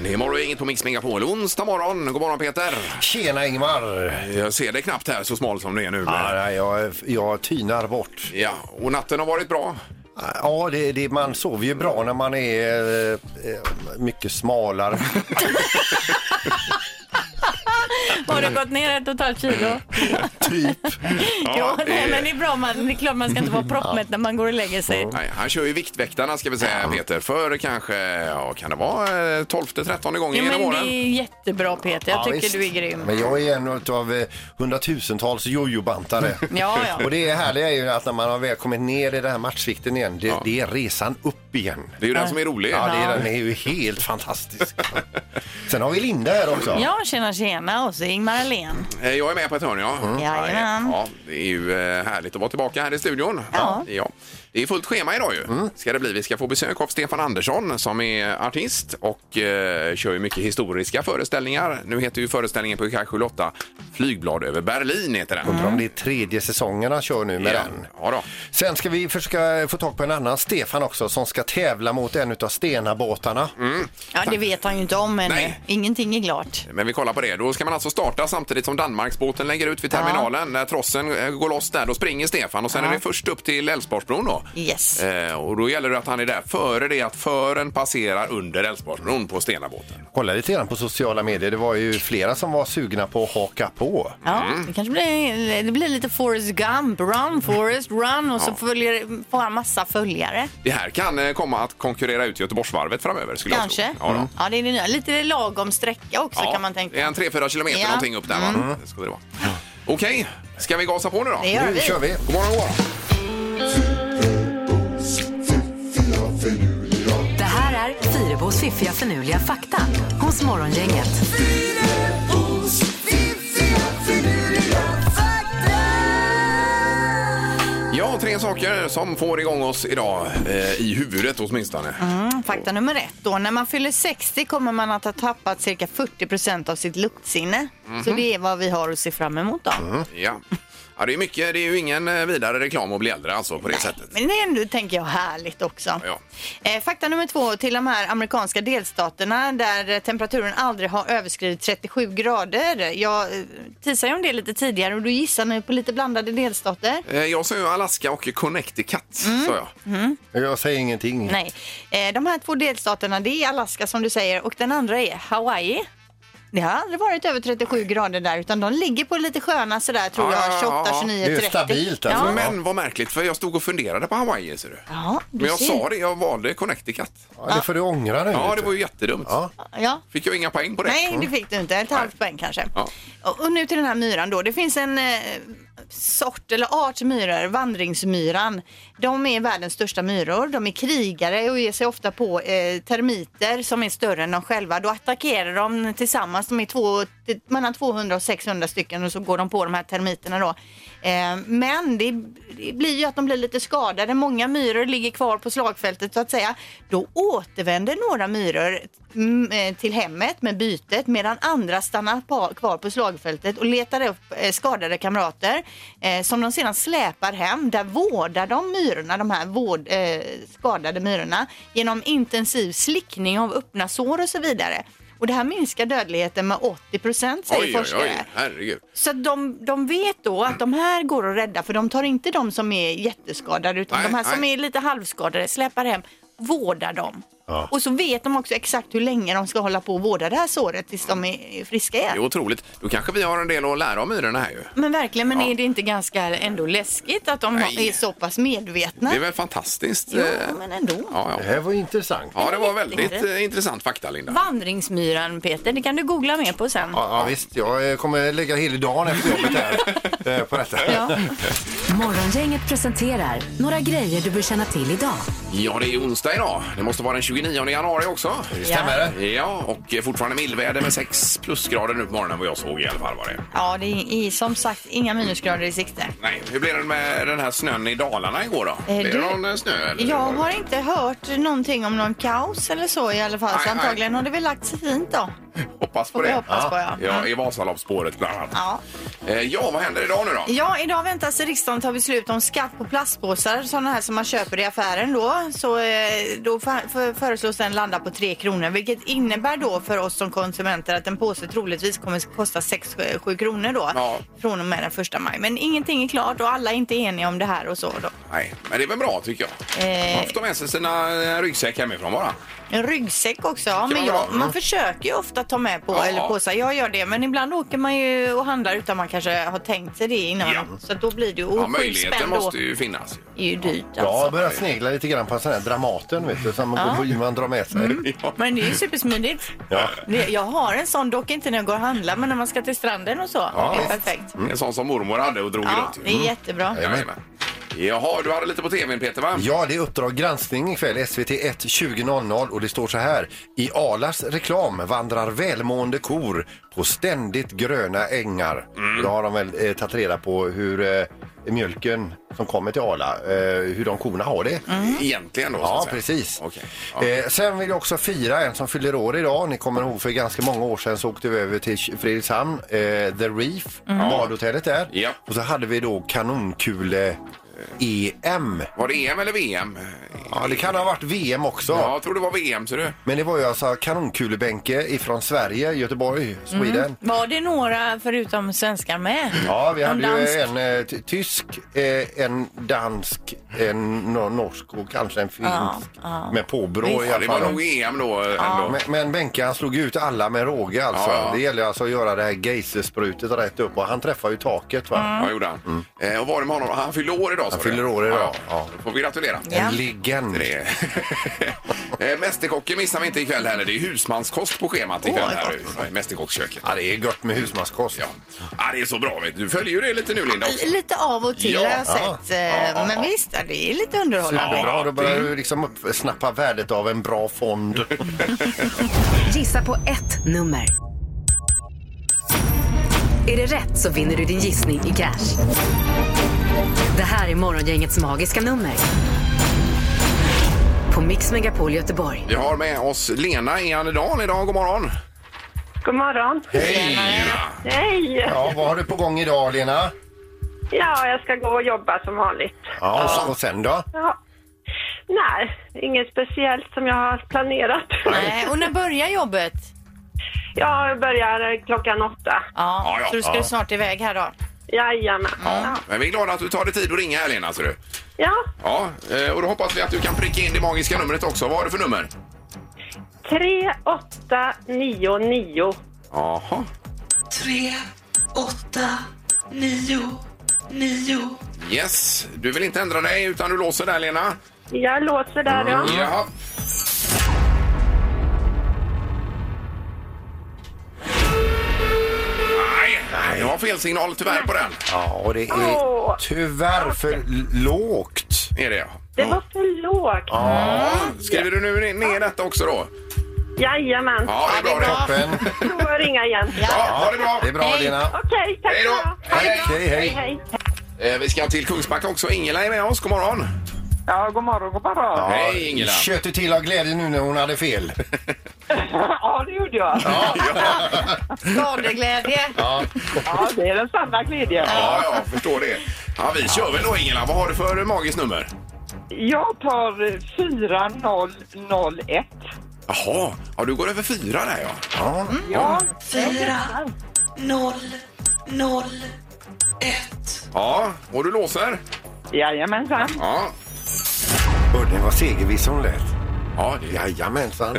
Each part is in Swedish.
Det är morgon, inget på Mix Megapol. Onsdag morgon. God morgon Peter. Tjena Ingmar. Jag ser det knappt här så smal som det är nu. Ja, jag tynar bort. Ja, och natten har varit bra. Ja, man sover ju bra när man är mycket smalare. Har du gått ner 1,5 kilo? Typ. Ja, men det är bra. Det är klart man ska inte vara proppmätt när man går och lägger sig. Nej, han kör ju Viktväktarna ska vi säga Peter. För kanske, kan det vara 12-13 gånger genom åren? Det är jättebra Peter, jag tycker visst. Du är grym. Men jag är en av hundratusentals jojobantare. Ja. Och det härliga är ju att när man har väl kommit ner i den här matchvikten igen, det är resan upp igen. Det är ju den som är rolig. Ja, den är ju helt fantastisk. Sen har vi Linda här också. Ja, tjena. Och så Ingmar Ahlén. Jag är med på ett hörn, ja. Jajamän. Ja, det är ju härligt att vara tillbaka här i studion. Ja. Det är fullt schema idag ju. Ska det bli. Vi ska få besök av Stefan Andersson som är artist och kör ju mycket historiska föreställningar. Nu heter ju föreställningen på Kaj 8 Flygblad över Berlin heter den. Undrar om det är 3:e säsongen han kör nu med den. Ja då. Sen ska vi försöka få tag på en annan Stefan också som ska tävla mot en av Stenabåtarna. Ja, det vet han ju inte om ännu. Nej. Ingenting är klart. Men vi kollar på det. Då ska man alltså starta samtidigt som Danmarksbåten lägger ut vid terminalen. När trossen går loss där, då springer Stefan och sen är det först upp till Älvsborgsbron då. Yes. Och då gäller det att han är där före det att fören passerar under Älvsborgsbron på Stenabåten. Kolla lite grann på sociala medier. Det var ju flera som var sugna på att haka på. Ja, det kanske blir lite Forrest Gump, run Forrest, run och så får han massa följare. Det här kan komma att konkurrera ut Göteborgsvarvet framöver skulle Kanske. jag tro. Ja, det är det nya. Lite lagom sträcka också kan man tänka. Det är en 3-4 kilometer någonting upp där va? Det skulle det vara. Okej, ska vi gasa på nu då? Det gör vi. Nu kör vi. God morgon, god morgon. Det här är Fyrebos fiffiga förnuliga fakta hos Morgongänget. Ja, 3 saker som får igång oss idag i huvudet åtminstone. Fakta nummer 1 då. När man fyller 60 kommer man att ha tappat cirka 40% av sitt luktsinne. Så det är vad vi har att se fram emot då. Ja. Ja, det är mycket. Det är ju ingen vidare reklam att bli äldre alltså på det sättet. Men det är ändå, tänker jag, härligt också. Ja. Fakta nummer 2. Till de här amerikanska delstaterna där temperaturen aldrig har överskridit 37 grader. Jag teasade om det lite tidigare och då gissar ni på lite blandade delstater. Jag sa ju Alaska och Connecticut, sa jag. Jag säger ingenting. Nej. De här 2 delstaterna, det är Alaska som du säger och den andra är Hawaii. Det har aldrig varit över 37 grader där utan de ligger på lite sköna sådär tror jag, 28, 29, 30. Det är stabilt alltså. Ja. Men vad märkligt, för jag stod och funderade på Hawaii, ser du. Ja, du Men jag ser. sa det, jag valde Connecticut. Ja, det får du ångra nu. Ja, det var ju jättedumt. Ja. Fick jag inga poäng på det? Nej, det fick du inte. Ett halvt poäng kanske. Ja. Och nu till den här myran då. Det finns en sort eller art myror, vandringsmyran. De är världens största myror. De är krigare och ger sig ofta på termiter som är större än de själva. Då attackerar de tillsammans. De är mellan 200 och 600 stycken och så går de på de här termiterna då. Men det blir ju att de blir lite skadade. Många myror ligger kvar på slagfältet så att säga. Då återvänder några myror till hemmet med bytet medan andra stannar kvar på slagfältet och letar upp skadade kamrater som de sedan släpar hem. Där vårdar de myrorna, de här skadade myrorna genom intensiv slickning av öppna sår och så vidare. Och det här minskar dödligheten med 80%, säger forskare. Oj, herregud. Så de vet då att de här går att rädda för de tar inte de som är jätteskadade utan de här som är lite halvskadade släpar hem, vårdar dem. Ja. Och så vet de också exakt hur länge de ska hålla på att vårda det här såret tills de är friska igen. Det är otroligt. Då kanske vi har en del att lära om myrorna här ju. Men verkligen, men är det inte ganska ändå läskigt att de är så pass medvetna? Det är väl fantastiskt. Jo, men ändå. Ja. Det här var intressant. Ja, det var väldigt intressant fakta, Linda. Vandringsmyran, Peter, det kan du googla mer på sen. Ja, visst. Jag kommer lägga hela dagen efter jobbet här på detta. Ja. Morgongänget presenterar några grejer du bör känna till idag. Ja, det är onsdag idag. Det måste vara den 29 januari också. Stämmer det? Ja, och fortfarande mildväder med 6 plusgrader nu på morgonen vad jag såg i alla fall var det. Ja, det är som sagt inga minusgrader i sikte. Nej, hur blev det med den här snön i Dalarna igår då? Blev det någon snö? Eller jag har inte hört någonting om någon kaos eller så i alla fall. Så antagligen har det väl lagt sig fint då. Hoppas på Får vi det. hoppas på, ja. Ja, i Vasaloppsspåret bland annat. Ja. Ja, vad händer idag nu då? Ja, idag väntas riksdagen ta beslut om skatt på plastpåsar, sådana här som man köper i affären då. Så då föreslås den landa på 3 kronor, vilket innebär då för oss som konsumenter att en påse troligtvis kommer kosta 6-7 kronor då. Ja. Från och med den 1 maj. Men ingenting är klart och alla är inte eniga om det här och så då. Nej, men det är väl bra tycker jag. Man får ta med sig sina ryggsäck hemifrån bara. En ryggsäck också, ja, men man ha. man försöker ju ofta ta med på Ja. eller påsar. Jag gör det, men ibland åker man ju och handlar utan man kanske har tänkt sig det innan. Ja. Så då blir det ju Ja, möjligheten måste ju finnas. är ju dyrt Ja, jag alltså. börjar snegla lite grann på en sån här Dramaten, vet du, som man drar med sig. Ja. Men det är ju supersmidigt. Ja. Jag har en sån, dock inte när jag går och handlar, men när man ska till stranden och så. Det är perfekt. En sån som mormor hade och drog Ja, runt. det är jättebra. Jajamän. Jaha, du hade lite på tvn Peter va? Ja, det är Uppdrag granskning ikväll, SVT 1 20.00 och det står så här. I Arlas reklam vandrar välmående kor på ständigt gröna ängar. Då har de väl tagit reda på hur mjölken som kommer till Arla, hur de korna har det. Egentligen då så att Ja, säga. precis. Okej. Ja. Sen vill jag också fira en som fyller år idag. Ni kommer ihåg för ganska många år sedan så åkte vi över till Fredrikshamn, The Reef, badhotellet där. Ja. Och så hade vi då kanonkule EM. Var det EM eller VM? Ja, det kan ha varit VM också. Ja, jag tror det var VM, ser du. Men det var ju alltså kanonkulebänke ifrån Sverige, Göteborg, Sweden. Var det några förutom svenskar med? Ja, vi hade Någon ju dansk? en tysk, en dansk, en norsk och kanske en finsk. Med påbrå i Ja, alla det var fall. nog EM då ändå. Men Benke han slog ut alla med råge alltså. Ja. Det gäller alltså att göra det här geisersprutet rätt upp och han träffar ju taket va. Ja, gjorde han. Och var det med honom? Han fyller år idag. Han fyller år idag. Ja. Då får vi gratulera. Ja. En legend. Mästerkocken missar vi inte ikväll heller. Det är husmanskost på schemat ikväll här i Mästerkocksköket. Ja, det är gott med husmanskost. Ja. Ja, det är så bra. Vet du. Du följer ju det lite nu, Linda. Också. Lite av och till Ja. har jag sett. Men visst, det är lite underhållande. Ja, bra, då börjar du liksom snappa värdet av en bra fond. Gissa på ett nummer. Är det rätt så vinner du din gissning i cash. Det här är Morgongängets magiska nummer. På Mix Megapol Göteborg. Vi har med oss Lena i Annedal idag. God morgon. God morgon. Hej! Hej! Ja, vad har du på gång idag, Lena? Ja, jag ska gå och jobba som vanligt. Ja, och sen då? Ja. Nej, inget speciellt som jag har planerat. Nej, och när börjar jobbet? Jag börjar 8:00. Ja, ja, så du ska snart iväg här då. Jajamän. Ja. Men vi är glada att du tar dig tid att ringa här, Lena. Ser du. Ja, Ja, och då hoppas vi att du kan pricka in det magiska numret också. Vad har du för nummer? 3899. Jaha. 3, 8, 9, 9. Yes, du vill inte ändra dig utan du låser där, Lena. Jag låser där, ja. Jaha. Nej, det var fel signal tyvärr på den. Ja, och det är tyvärr för lågt. Är det? Det var för lågt. Ja. Skriver du nu ner detta också då? Jajamän. Ja, det är bra det. Toppen. Då får jag ringa igen. Ja, ha det bra. Det är bra, Lena. Okej, tack Hej då. så mycket. Hej. Hej, hej. Vi ska till Kungsbacka också. Ingela är med oss. God morgon. Ja, god morgon, god morgon. Ja, Hej, Ingela. Kött du till av glädje nu när hon hade fel. Ja, det gjorde jag. Skadeglädje. Ja, det är den sanna glädjen. Ja, jag förstår det. Ja, vi kör väl då, Ingela. Vad har du för magiskt nummer? Jag tar 4001. Jaha, ja, du går över 4 där, ja. Ja, 4, 0, 0, 1. Ja, och du låser? jajamensan. Ja. Hörde ni vad segerviss hon lät? Ja, det är... Jajamensan.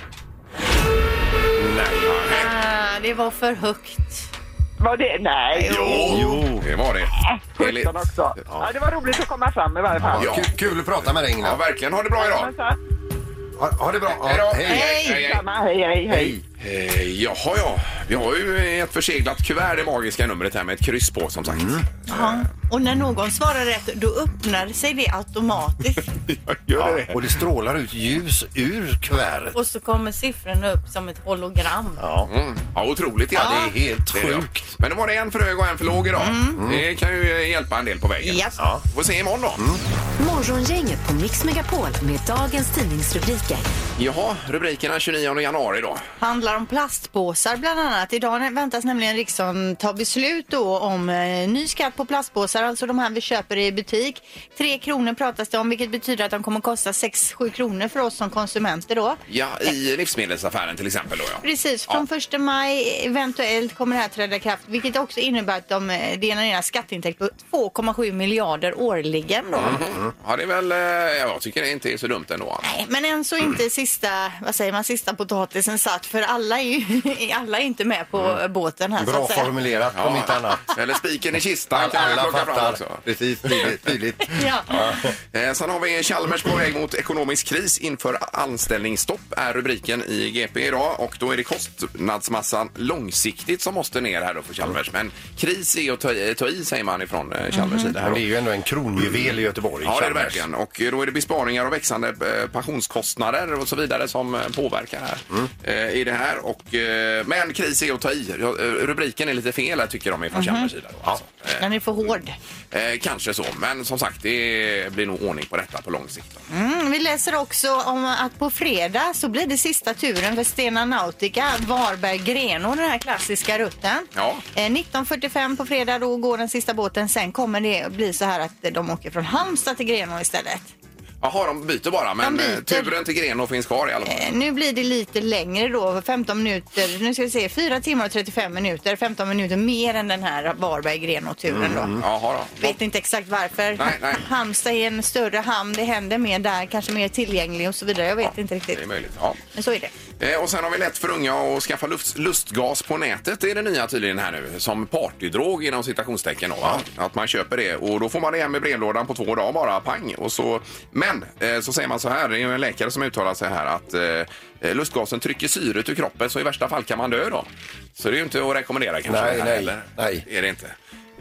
Det var för högt. Var det? Nej. Jo, det var det. Enligt... 17 också. Ja, det var roligt att komma fram i varje fall. Ja. Kul att prata med dig, Ja, Ingela. verkligen. Ha det bra idag. Jajamensan. Ha det bra. Ja, Hej då. hej. Samma, hej, hej, hej. Jaha, ja. Vi har ju ett förseglat kuvert, det magiska numret här med ett kryss på, som sagt. Ja. Och när någon svarar rätt, då öppnar sig det automatiskt. Gör det? Och det strålar ut ljus ur kuvertet. Och så kommer siffrorna upp som ett hologram. Ja. Ja, otroligt. Ja, Det är helt det är det. sjukt. Men det var det en för hög och en för låg idag. Det kan ju hjälpa en del på vägen. Japp. Ja. Får se imorgon då. Morgongänget på Mix Megapol med dagens tidningsrubriker. Jaha, rubrikerna 29 januari då. Handlar handlar om plastpåsar bland annat. Idag väntas nämligen riksdagen ta beslut då om ny skatt på plastpåsar, alltså de här vi köper i butik. 3 kronor pratas det om, vilket betyder att de kommer kosta 6-7 kronor för oss som konsumenter då. Ja, i livsmedelsaffären till exempel då, ja. Precis, från 1 maj eventuellt kommer det här träda i kraft, vilket också innebär att det genererar skatteintäkt på 2,7 miljarder årligen då. Ja, det är väl, jag tycker det inte är så dumt ändå. Nej, men än så inte sista potatisen satt, för alla är inte med på båten här. Bra så att säga. formulerat, om inte annat. Eller spiken i kistan kan Alla jag plocka fram fattar. också. Precis, tydligt. Ja. Sen har vi Chalmers på väg mot ekonomisk kris inför anställningsstopp är rubriken i GP idag, och då är det kostnadsmassan långsiktigt som måste ner här då för Chalmers. Men kris är att ta i, säger man ifrån Chalmers sida här. Men det är ju ändå en kronjuvel i Göteborg. Ja, det är det verkligen. Och då är det besparingar och växande pensionskostnader och så vidare som påverkar här i det här. Och, men kris är att ta i. Rubriken är lite fel här, tycker de ifrån Chalmers sida. Då, alltså. Den är för hård. Kanske så, men som sagt, det blir nog ordning på detta på lång sikt. Vi läser också om att på fredag så blir det sista turen för Stena Nautica, Varberg-Grenå, den här klassiska rutten. Ja. 19:45 på fredag då går den sista båten. Sen kommer det bli så här att de åker från Halmstad till Grenå istället. Jaha, de byter bara, men byter. Turen till Grenå finns kvar i alla fall. Nu blir det lite längre då, 15 minuter. Nu ska vi se, 4 timmar och 35 minuter. 15 minuter mer än den här Varberg-Grenå-turen då. Jaha då. Vet inte exakt varför. Nej. Halmstad är en större hamn, det händer mer där, kanske mer tillgänglig och så vidare. Jag vet inte riktigt. Det är möjligt, ja. Men så är det. Och sen har vi lätt för unga att skaffa lustgas på nätet. Det är det nya tydligen här nu. Som partydrog inom citationstecken. Ja. Att man köper det och då får man det hem i brevlådan på 2 dagar bara, pang. Och så, men så säger man så här, det är en läkare som uttalar sig här att lustgasen trycker syret ur kroppen, så i värsta fall kan man dö då. Så det är ju inte att rekommendera kanske. Nej. Är det inte.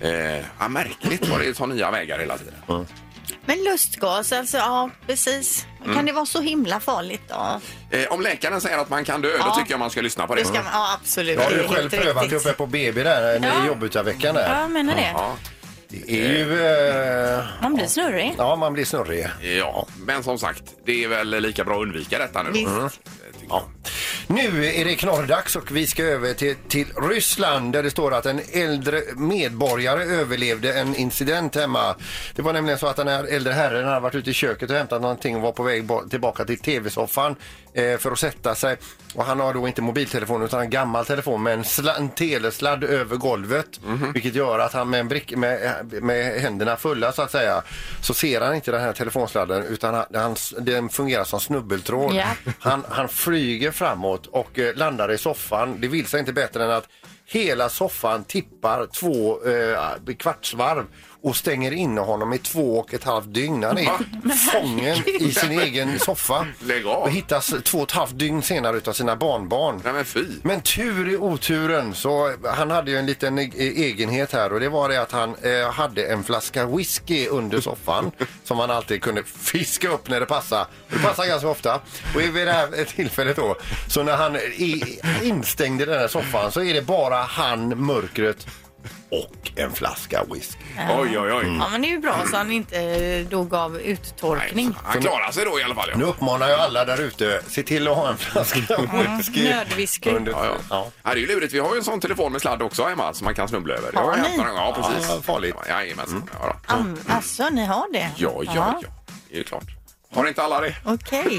Märkligt vad det tar nya vägar hela tiden. Men lustgas, alltså, ja, precis. Kan det vara så himla farligt då? Om läkaren säger att man kan dö, då tycker jag man ska lyssna på det. Det ska man, ja, absolut. Jag har Det ju är själv helt prövat riktigt. uppe på BB där, i jobbutarveckan där. Ja, jag menar det. Ja. Det är ju... Man blir snurrig. Ja, man blir snurrig. Ja, men som sagt, det är väl lika bra att undvika detta nu. Visst. Ja. Nu är det knorrdags och vi ska över till Ryssland där det står att en äldre medborgare överlevde en incident hemma. Det var nämligen så att den här äldre herren hade varit ute i köket och hämtat någonting och var på väg tillbaka till tv-soffan för att sätta sig. Och han har då inte mobiltelefon utan en gammal telefon med en telesladd över golvet. Vilket gör att han med händerna fulla så att säga, så ser han inte den här telefonsladden utan den fungerar som snubbeltråd. Ja. Han flyger framåt och landar i soffan. Det vill sig inte bättre än att hela soffan tippar 2 kvartsvarv och stänger in honom i 2,5 dygn. Han är fången i sin egen soffa. Lägg av. Och hittas 2,5 dygn senare utav sina barnbarn. Nej, men fy. Men tur i oturen så han hade ju en liten egenhet här och det var det att han hade en flaska whisky under soffan som han alltid kunde fiska upp när det passade. Det passar ganska ofta. Och vid det här tillfället då, så när han är instängd i den här soffan så är det bara han, mörkret och en flaska whisky. Oj. Ja, men det är ju bra så han inte dog av uttorkning. Nej, han klarar sig då i alla fall. Ja. Nu uppmanar jag alla där ute, se till att ha en flaska whisky. Nödwhisky. Ja. Det är ju lurigt. Vi har ju en sån telefon med sladd också hemma som man kan snubbla över. Det har jag hämtat någon gång. Ja, precis. Ja, farligt. Jajamensan. Ja, då. Alltså, ni har det? Ja. Det är ju klart. Har inte alla det? Okej.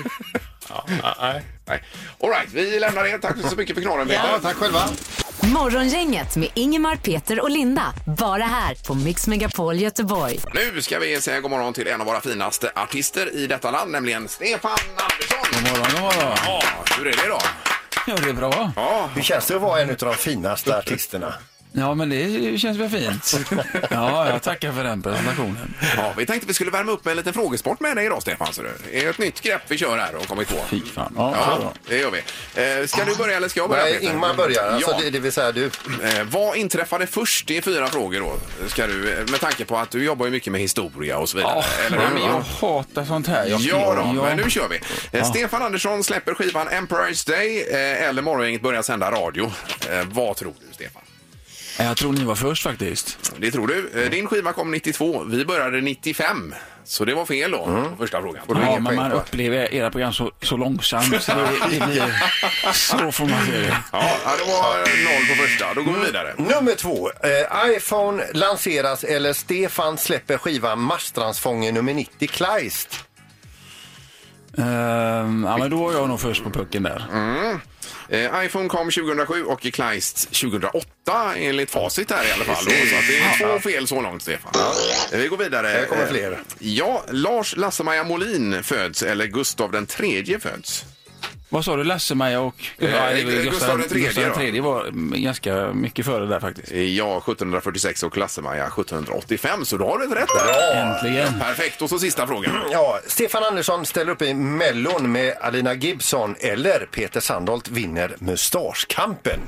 Nej. All right, vi lämnar det. Tack så mycket för knorren. Ja, tack själva. Morgongänget med Ingemar, Peter och Linda. Bara här på Mix Megapol Göteborg. Nu ska vi säga god morgon till en av våra finaste artister i detta land, nämligen Stefan Andersson. God morgon. Ja, hur är det då? Ja, det är bra. Ja, Hur känns det att vara en av de finaste artisterna? Ja, men det känns väl fint. Ja, jag tackar för den presentationen. ja, vi tänkte vi skulle värma upp med en liten frågesport med dig idag, Stefan. Så det är ett nytt grepp vi kör här och kommit på. Fy fan. Ja, Ja, det gör vi. Ska du börja eller ska jag börja, Nej, Peter? Ingmar börjar, alltså Ja. det vill säga du. Vad inträffade först i 4 frågor då? Ska du, med tanke på att du jobbar ju mycket med historia och så vidare. Eller hur? jag hatar sånt här. Ja då, men nu kör vi. Stefan Andersson släpper skivan Empire's Day eller Morgongänget börjar sända radio. Vad tror du, Stefan? Jag tror ni var först faktiskt. Det tror du. Din skiva kom 92. Vi började 95. Så det var fel då på första frågan. Ja, men man upplever era program så långsamt så det blir så får man se det. Ja, det var 0 på första. Då går vi vidare. Nummer 2. iPhone lanseras eller Stefan släpper skivan Marstrandsfången nummer 90 Kleist. Ja, men då var jag nog först på pucken där. iPhone kom 2007 och Kleist 2008 enligt facit här i alla fall. Då, så att det är 2 fel så långt, Stefan. Vi går vidare. Det kommer fler. Ja, Lars Lasse-Maja Molin föds eller Gustav den tredje föds? Vad sa du, Lasse-Maja och Gustav den tredje var ganska mycket före där faktiskt. Ja, 1746 och Lasse-Maja 1785, så då har du ett rätt där. Äntligen. Perfekt, och så sista frågan. Ja, Stefan Andersson ställer upp i Mellon med Alina Gibson eller Peter Sandholt vinner Mustaschkampen.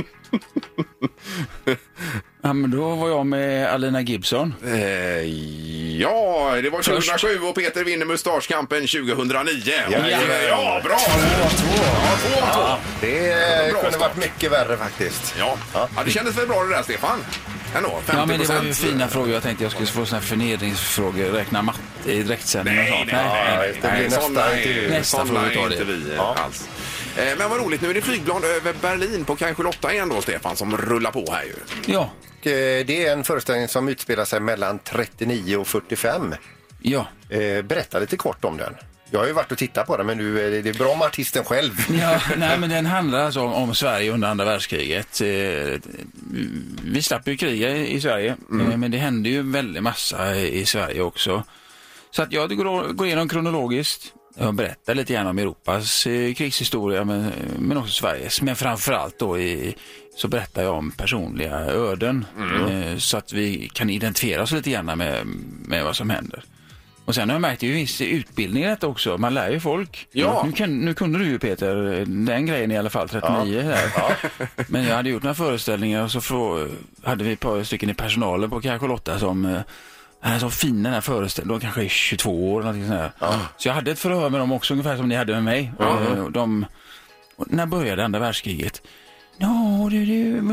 Ja, men då var jag med Alina Gibson. Ja, det var 2007 och Peter vinner Mustaschkampen 2009. Ja, bra! 2-2. Det kunde varit mycket värre faktiskt. Ja, det kändes väl bra det där, Stefan? Ändå, 50%. Ja, men det var ju fina frågor. Jag tänkte jag skulle få såna här förnedringsfrågor, räkna matte i direktsändning och sånt. Nej, det blir nästa fråga tar inte vi alls. Men vad roligt, nu är det flygblad över Berlin på Kaj 8 igen då, Stefan, som rullar på här ju. Ja. Det är en föreställning som utspelar sig mellan 39 och 45. Ja. Berätta lite kort om den. Jag har ju varit och tittat på den, men det är bra om artisten själv. Ja, nej, men den handlar alltså om Sverige under andra världskriget. Vi slapp ju kriga i Sverige, men det hände ju väldigt massa i Sverige också. Så att jag går igenom kronologiskt. Jag berättar lite grann om Europas krigshistoria, men också Sveriges. Men framförallt då så berättar jag om personliga öden så att vi kan identifiera oss lite grann med vad som händer. Och sen har jag märkt ju viss utbildning i detta också. Man lär ju folk. Ja. Nu kunde du ju, Peter, den grejen i alla fall, 39 här. Ja. Men jag hade gjort några föreställningar och så hade vi ett par stycken i personalen på Kaj 8 som är så fin den här föreställningen. De kanske är 22 år eller någonting sånt här. Ja. Så jag hade ett förhör med dem också, ungefär som ni hade med mig. När började andra världskriget? Ja, det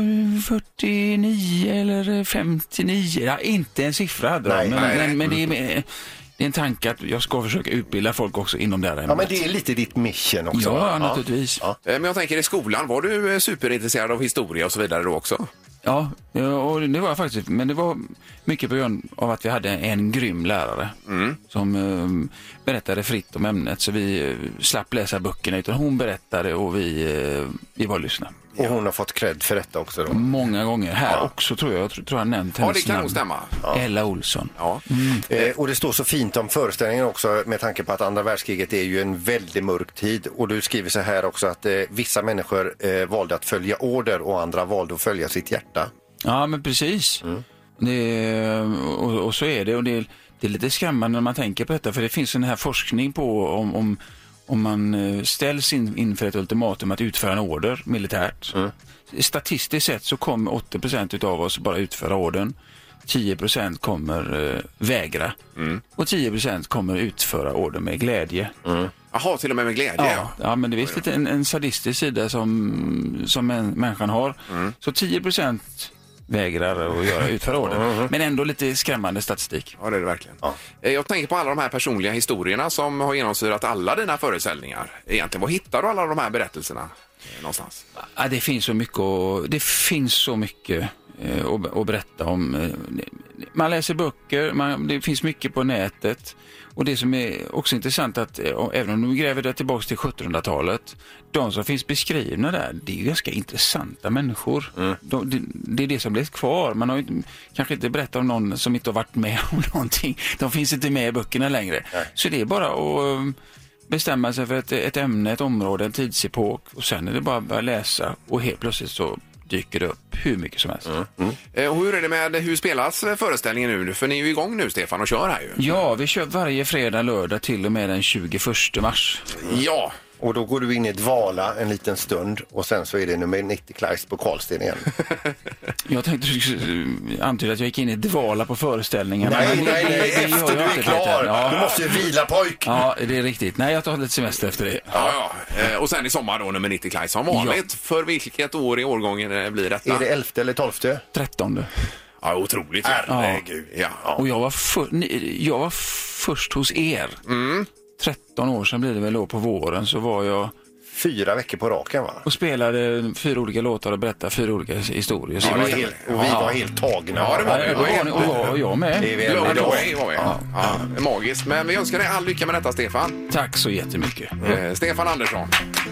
49 eller 59. Ja, inte en siffra hade de. Men det är en tanke att jag ska försöka utbilda folk också inom det här ämnet. Ja, men det är lite ditt mission också. Ja, naturligtvis. Ja. Men jag tänker i skolan, var du superintresserad av historia och så vidare då också? Ja, och det var jag faktiskt. Men det var mycket på grund av att vi hade en grym lärare som berättade fritt om ämnet. Så vi slapp läsa böckerna, utan hon berättade och vi var lyssna. Och hon har fått cred för detta också då? Många gånger. Här också tror jag har nämnt hennes det kan nog stämma. Ella Olsson. Ja. Och det står så fint om föreställningen också, med tanke på att andra världskriget är ju en väldigt mörk tid. Och du skriver så här också att vissa människor valde att följa order och andra valde att följa sitt hjärta. Ja, men precis. Och så är det. Och det är lite skrämmande när man tänker på detta. För det finns en här forskning på om man ställs inför ett ultimatum att utföra en order militärt. Statistiskt sett så kommer 80% av oss bara utföra ordern. 10% kommer vägra. Och 10% kommer utföra ordern med glädje. Jaha, till och med glädje. Ja, men det är visst lite en sadistisk sida som människan har. Så 10% vägrar att utföra order. Men ändå lite skrämmande statistik. Ja, det är det verkligen. Ja. Jag tänker på alla de här personliga historierna som har genomsyrat alla dina föreställningar. Egentligen, var hittar du alla de här berättelserna någonstans? Ja, det finns så mycket att berätta om. Man läser böcker, det finns mycket på nätet. Och det som är också intressant att även om du gräver det tillbaka till 1700-talet, de som finns beskrivna där, det är ju ganska intressanta människor. Det är det som blir kvar. Man har ju kanske inte berättat om någon som inte har varit med om någonting. De finns inte med i böckerna längre. Nej. Så det är bara att bestämma sig för ett ämne, ett område, en tidsepok, och sen är det bara att börja läsa och helt plötsligt så dyker det upp hur mycket som helst. Och hur är det med hur spelas föreställningen nu? För ni är ju igång nu, Stefan, och kör här ju. Ja, vi kör varje fredag, lördag till och med den 21 mars. Ja. Och då går du in i ett vala en liten stund och sen så är det nummer 90 Kleist på Karlsten igen. Jag tänkte du skulle antyda att jag gick in i dvala på föreställningen. Nej, det gör efter jag du är inte, klar. Peter. Ja. Du måste ju vila, pojk. Ja, det är riktigt. Nej, jag tar lite semester efter det. Ja. Och sen i sommar då nummer 90 Klein som vanligt. För vilket år i årgången blir detta? Är det 11 eller 12? 13. Ja, otroligt. Herregud. Ja. Och jag var först hos er. 13 år sedan blir det väl då på våren, så var jag 4 veckor på raken, va? och spelade 4 olika låtar och berättade 4 olika historier. Så Och vi var helt tagna. Ja, det var det. det var ni, och jag med. Det är vi Blown ändå. away var vi. Ja, magiskt. Men vi önskar dig all lycka med detta, Stefan. Tack så jättemycket. Stefan Andersson.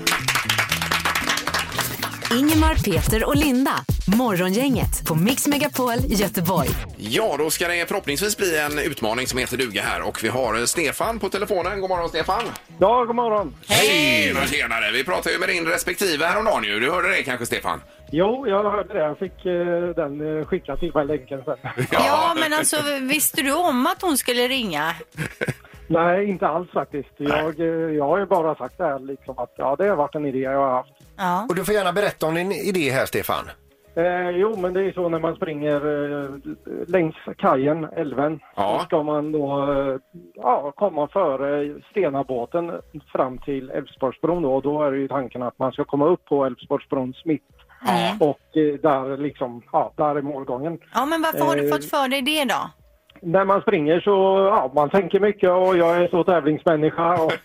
Ingemar, Peter och Linda. Morgongänget på Mix Megapol Göteborg. Ja, då ska det förhoppningsvis bli en utmaning som heter duga här. Och vi har Stefan på telefonen. God morgon, Stefan. Ja, god morgon. Hej! Tjenare. Vi pratar ju med din respektive häromdagen ju. Du hörde det kanske, Stefan? Jo, jag hörde det. Jag fick den skickad till mig länken sen. Ja, men alltså visste du om att hon skulle ringa? Nej, inte alls faktiskt. Jag har ju bara sagt det här liksom att det har varit en idé jag har haft. Ja. Och du får gärna berätta om din idé här, Stefan. Jo, men det är så när man springer längs kajen, älven, Ja. så ska man då komma före Stenabåten fram till Älvsborgsbron då. Då är det ju tanken att man ska komma upp på Älvsborgsbrons mitt och där liksom, där är målgången. Ja, men varför har du fått för dig det då? När man springer så, man tänker mycket och jag är så tävlingsmänniska och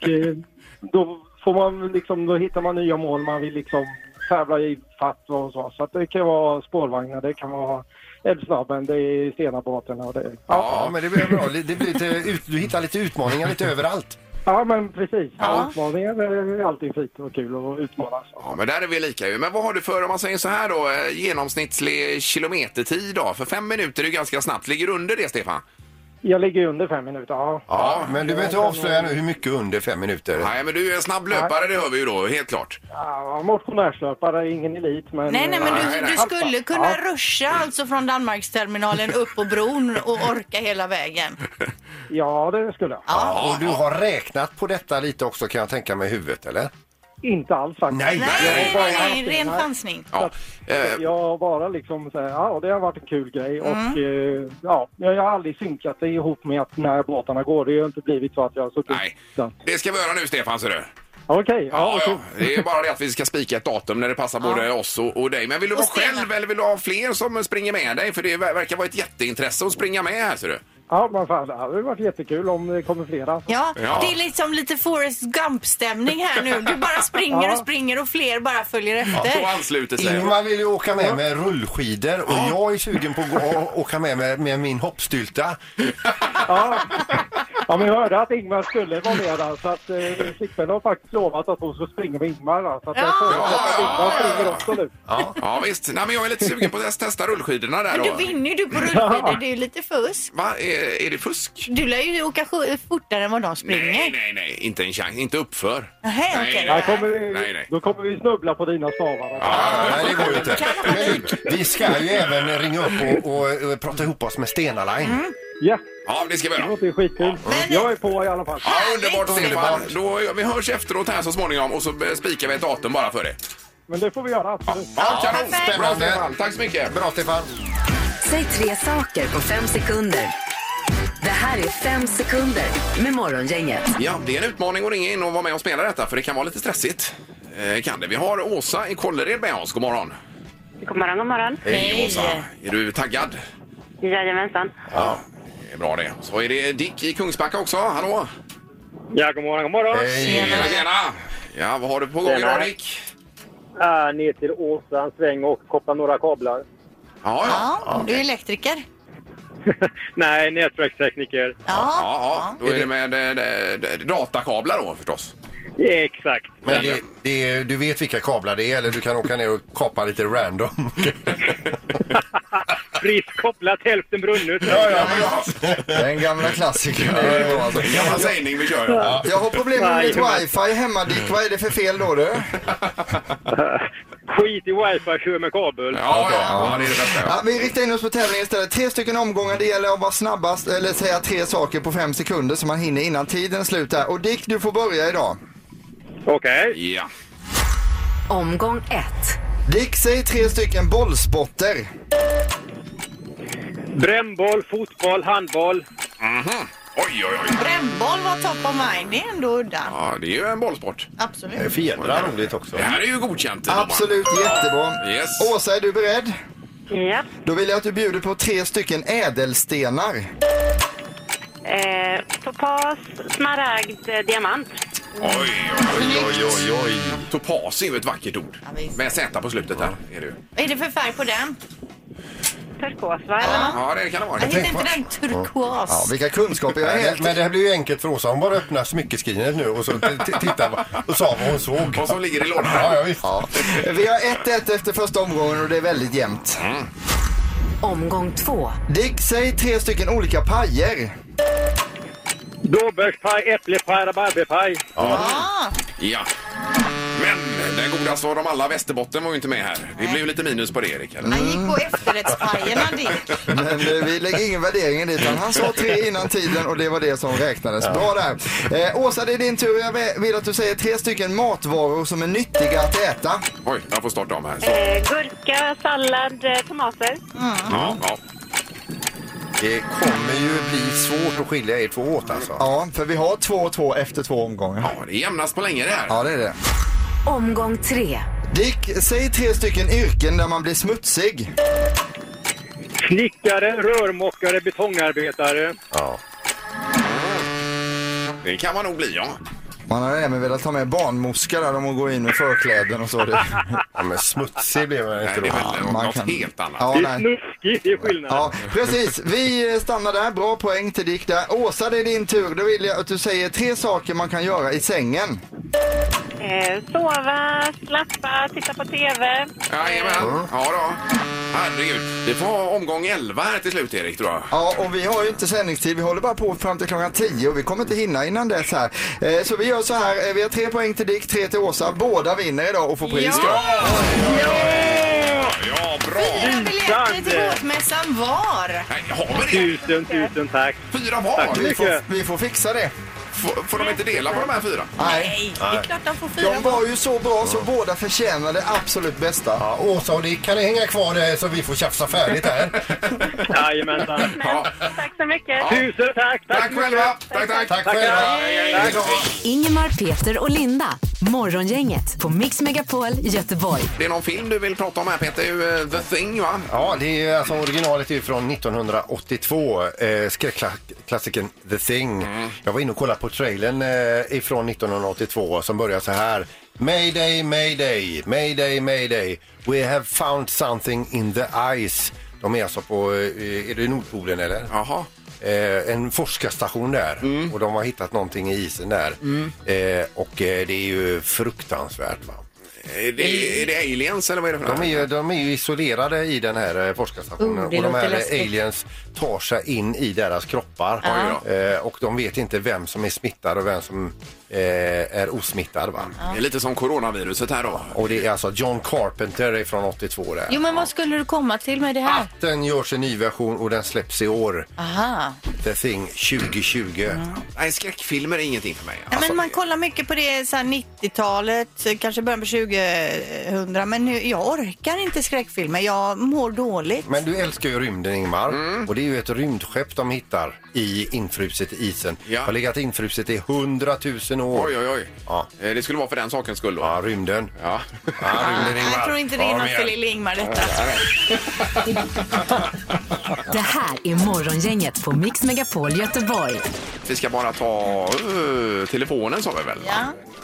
då får man liksom, då hittar man nya mål man vill liksom tävla i fatt och så. Så att det kan vara spårvagnar, det kan vara Älvsnabben, det är Stenabåten och det. Ja, men det blir bra. Det blir du hittar lite utmaningar lite överallt. Ja, men precis. Ja. Utmaningar är alltid fint och kul att utmanas. Ja, men där är vi lika ju. Men vad har du för, om man säger så här då, genomsnittlig kilometertid då? För 5 minuter är ju ganska snabbt. Ligger du under det, Stefan? Jag ligger under 5 minuter, Ja, men du behöver inte avslöja nu hur mycket under 5 minuter. Nej, men du är en snabb löpare, det hör vi ju då, helt klart. Ja, motionärslöpare, ingen elit, men... Nej, men nej. du skulle kunna ruscha alltså från Danmarksterminalen upp på bron och orka hela vägen. Ja, det skulle jag. Ja, och du har räknat på detta lite också, kan jag tänka mig, i huvudet, eller? Inte alls faktiskt. Nej, ren chansning. Ja. Jag bara liksom säger, det har varit en kul grej och jag har aldrig synkat det ihop med att när båtarna går. Det har inte blivit så att jag har suttit. Nej, det ska vi göra nu, Stefan, ser du. Okej. Ja. Det är bara det att vi ska spika ett datum när det passar både oss och dig. Men vill du vara själv eller vill du ha fler som springer med dig? För det verkar vara ett jätteintresse att springa med här, ser du. Ja, men fan, det hade varit jättekul om det kommer flera. Ja, det är liksom lite Forrest Gump-stämning här nu. Du bara springer och springer och fler bara följer efter. Så ansluter sig. Ingmar vill ju åka med rullskidor och jag är sugen på att åka med min hoppstylta. Ja, men jag hörde att Ingmar skulle vara med där, så att Flickvän har faktiskt lovat att hon ska springa med Ingmar. Där, så att jag Ingmar springer också nu. Ja, visst. Nej, men jag är lite sugen på att testa rullskidorna där. Men du vinner ju du på rullskidor, det är ju lite fusk. Va? Är det fusk? Du lär ju åka fortare än vad de springer. Nej. Inte en chans. Inte uppför. Nej, okej. Nej. Då kommer vi snubbla på dina stavar. Nej, det går ju inte. Men vi ska ju även ringa upp och prata ihop oss med Stena Line. Ja. Ja, det ska vi Det göra. låter skitkul. Jag är på i alla fall. Ja, underbart, Stefan. Vi hörs efteråt här så småningom och så spikar vi ett datum bara för det. Men det får vi göra, absolut. Ja, kanon. perfekt. Bra, Stefan. Tack så mycket. Bra, Stefan. Säg 3 saker på 5 sekunder. Det här är 5 sekunder med Morgongänget. Ja, det är en utmaning att ringa in och vara med och spela detta, för det kan vara lite stressigt. Kan det. Vi har Åsa i Kållered med oss. God morgon. God morgon, god morgon. Hej, Åsa. Är du taggad? Jajamensan. Ja, det är bra det. Så är det Dick i Kungsbacka också. Hallå? Ja, god morgon, god morgon. Tjena. Ja, vad har du på gång idag, Dick? Ner till Åsa en sväng och koppla några kablar. Ja, du är elektriker. Nej, nätverkstekniker. Ja. Då är det med datakablar då förstås. Exakt. Men du vet vilka kablar det är, eller du kan åka ner och kapa lite random. Friskt kopplat, hälften brunnet. Den gamla klassikern. Gammal sägning vi kör. Ja. Jag har problem med mitt wifi hemma, Dick. Vad är det för fel då, du? Skit i wifi, kör med kabel. Ja, det är det bästa. Ja, vi riktar in oss på tävlingen istället. 3 stycken omgångar, det gäller att vara snabbast eller säga 3 saker på 5 sekunder så man hinner innan tiden slutar. Och Dick, du får börja idag. Okej. Ja. Omgång 1. Dick, säg 3 stycken bollsporter. Brännboll, fotboll, handboll. Oj, oj, oj. Brännboll var top of mind. Det är ändå udda. Ja, det är ju en bollsport. Absolut. Fjädrar roligt också. Det här är ju godkänt. Absolut, jättebra. Yes. Åsa, är du beredd? Ja. Då vill jag att du bjuder på 3 stycken ädelstenar. Topas, smaragd, diamant. Oj, oj, oj, oj, oj. Topas är ju ett vackert ord. Ja, visst. Med Z på slutet där är det ju. Vad är det för färg på den? Turkos, va? Eller? Ja, det kan det vara. Jag hittar inte den turkos. Ja, vilka kunskaper jag är helt... Men det här blir ju enkelt för Åsa. Hon bara öppnar smyckeskrinet nu och så tittar och sa vad hon såg. Vad som ligger i lådan. Ja, visst. Ja. Vi har 1-1 efter första omgången och det är väldigt jämnt. Omgång 2. Dick, säg 3 stycken olika pajer. Blåbärspaj, äpplepaj, rabarberpaj. Ja. Men den godaste av dem alla, Västerbotten, var ju inte med här. Det blev ju lite minus på det, Erik. Eller? Han gick på efterrättspajerna, Dick. Men vi lägger ingen värdering i det, utan han sa 3 innan tiden och det var det som räknades. Bra där. Åsa, det är din tur. Jag vill att du säger 3 stycken matvaror som är nyttiga att äta. Oj, jag får starta om här. Så. Gurka, sallad, tomater. Ja. Det kommer ju bli svårt att skilja er två åt alltså. Ja, för vi har 2-2 efter 2 omgångar. Ja, det är jämnast på länge det här. Ja, det är det. Omgång 3. Dick, säg 3 stycken yrken där man blir smutsig. Snickare, rörmokare, betongarbetare. Ja. Det kan man nog bli, ja. Man har även velat ta med barnmorskor där de går in med förkläden och så. Ja, men smutsig blev man inte Det är då. väl man något kan- helt annat. Ja, Det är nej. snuskigt, det är skillnaden. Ja, precis. Vi stannar där. Bra poäng till Dick där. Åsa, det är din tur. Då vill jag att du säger 3 saker man kan göra i sängen. Sova, slappa, titta på TV. Jajamän. Ja då. Herregud. Vi får ha omgång 11 här till slut, Erik, tror jag. Ja, och vi har ju inte sändningstid. Vi håller bara på fram till klockan 10 och vi kommer inte hinna innan dess här. Så vi gör så här. Vi har 3 poäng till Dick, 3 till Åsa. Båda vinner idag och får pris. Ja, bra. 4 biljetter till båtmässan var. Nej, har vi det? Tusen tack. 4 var. Tack. Vi får fixa det. Får de inte dela på de här 4? Nej, det är klart de får 4 De var ju så bra så båda förtjänar det absolut bästa. Ja, Åsa och Dick, kan ni hänga kvar där så vi får tjafsa färdigt här? Jajamensan. Ja. Tack så mycket. Tusen tack. Tack själva. Tack. Tack själva. Ingemar, Peter och Linda. Morgongänget på Mix Megapol Göteborg. Det är någon film du vill prata om här, Peter. Det är ju The Thing, va? Ja, det är alltså originalet är från 1982, skräckklassikern The Thing. Jag var inne och kollade på trailern ifrån 1982 som börjar så här. Mayday, mayday, mayday, mayday. We have found something in the ice. De är alltså på, är det Nordpolen eller? Jaha. En forskarstation där och de har hittat någonting i isen där. Och det är ju fruktansvärt, va? Är det aliens eller vad är det för De är ju isolerade i den här forskarstationen det och de låter här läskigt. aliens tar sig in i deras kroppar. Och de vet inte vem som är smittad och vem som är osmittad, va? Det är lite som coronaviruset här då. Och det är alltså John Carpenter från 82 där. Jo, men vad skulle du komma till med det här? Att den görs en ny version och den släpps i år. Aha. The Thing 2020. Nej, skräckfilmer är ingenting för mig. Ja, men man kollar mycket på det så här 90-talet, kanske början på 2000, men nu, jag orkar inte skräckfilmer, jag mår dåligt. Men du älskar ju rymden, Ingmar. Och det är ju ett rymdskepp de hittar i infruset i isen. Ja. Har legat infruset i 100 000 år. Oj. Ja. Det skulle vara för den sakens skull då. Ja, rymden. Ja. Ja, rymden, Ingmar. Jag tror inte det är något för lille Ingmar detta. Det här är Morgongänget på Mix Megapol Göteborg. Vi ska bara ta telefonen, sa vi väl? Ja.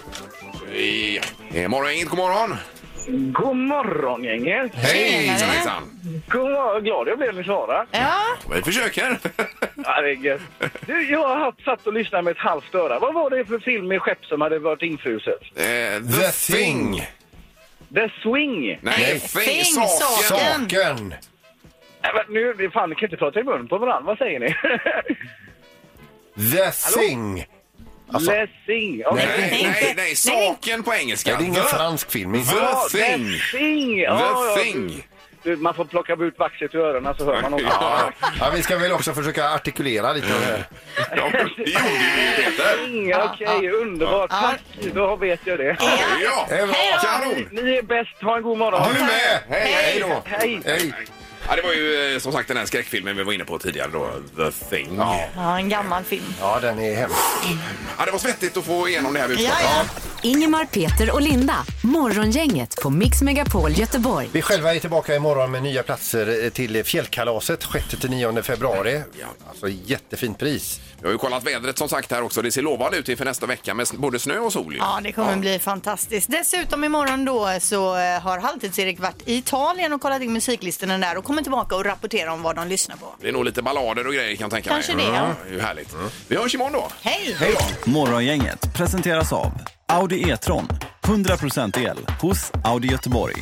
Ja. Morgon, god morgon. God morgon, gänget. Hej, Tjenare. hejsan. Glad jag blev ni svara. Ja. Vi försöker. Ja, det är gött. Du, jag har satt och lyssnat med ett halvt öra. Vad var det för film med skepp som hade varit infruset? The Thing. The Swing. Nej, Thing, Saken. Saken. Nej, men nu, fan, ni kan inte prata i mun på varandra. Vad säger ni? The Thing. Alltså, The Thing. Okay. Nej, Saken på engelska. det är ingen fransk film. The Thing. The Thing. The Thing. Man får plocka ut vaxet ur öronen så hör man också. Ja, vi ska väl också försöka artikulera lite av det här. Ja, det gjorde vi, Peter. Okej, underbart. Tack, då vet jag det. Ja, kanon. Ni är bäst, ha en god morgon. Ha du med! Hej då! Hej. Ja, det var ju som sagt den här skräckfilmen vi var inne på tidigare då, The Thing. Ja, en gammal film. Ja, den är hemsk. Ja, det var svettigt att få igenom det här budskapet. Ja. Ingemar, Peter och Linda. Morgongänget på Mix Megapol Göteborg. Vi själva är tillbaka imorgon med nya platser till fjällkalaset 6-9 februari. Alltså jättefint pris. Jag har ju kollat vädret som sagt här också. Det ser lovande ut inför nästa vecka med både snö och sol. Ja, det kommer bli fantastiskt. Dessutom imorgon då så har Halvtids-Erik varit i Italien och kollat in musiklistorna där och kommer tillbaka och rapportera om vad de lyssnar på. Det är nog lite ballader och grejer kan jag tänka mig. Kanske det, ja. Det är ju härligt. Vi hörs imorgon då. Hej! Hej då! Morgongänget presenteras av Audi E-tron. 100% el hos Audi Göteborg.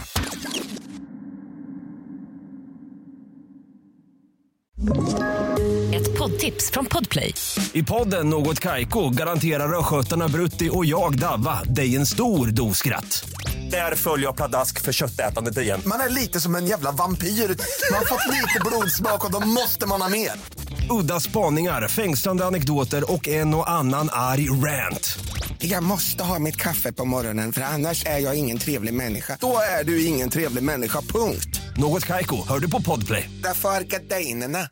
Ett poddtips från Podplay. I podden Något Kaiko garanterar röskötarna Brutti och jag Davva dig en stor doskratt. Där följer jag pladask för köttätandet igen. Man är lite som en jävla vampyr. Man har fått lite blodsmak och då måste man ha mer. Udda spaningar, fängslande anekdoter och en och annan arg rant. Jag måste ha mitt kaffe på morgonen för annars är jag ingen trevlig människa. Då är du ingen trevlig människa, punkt. Något Kaiko, hör du på Podplay. Därför är gardinerna.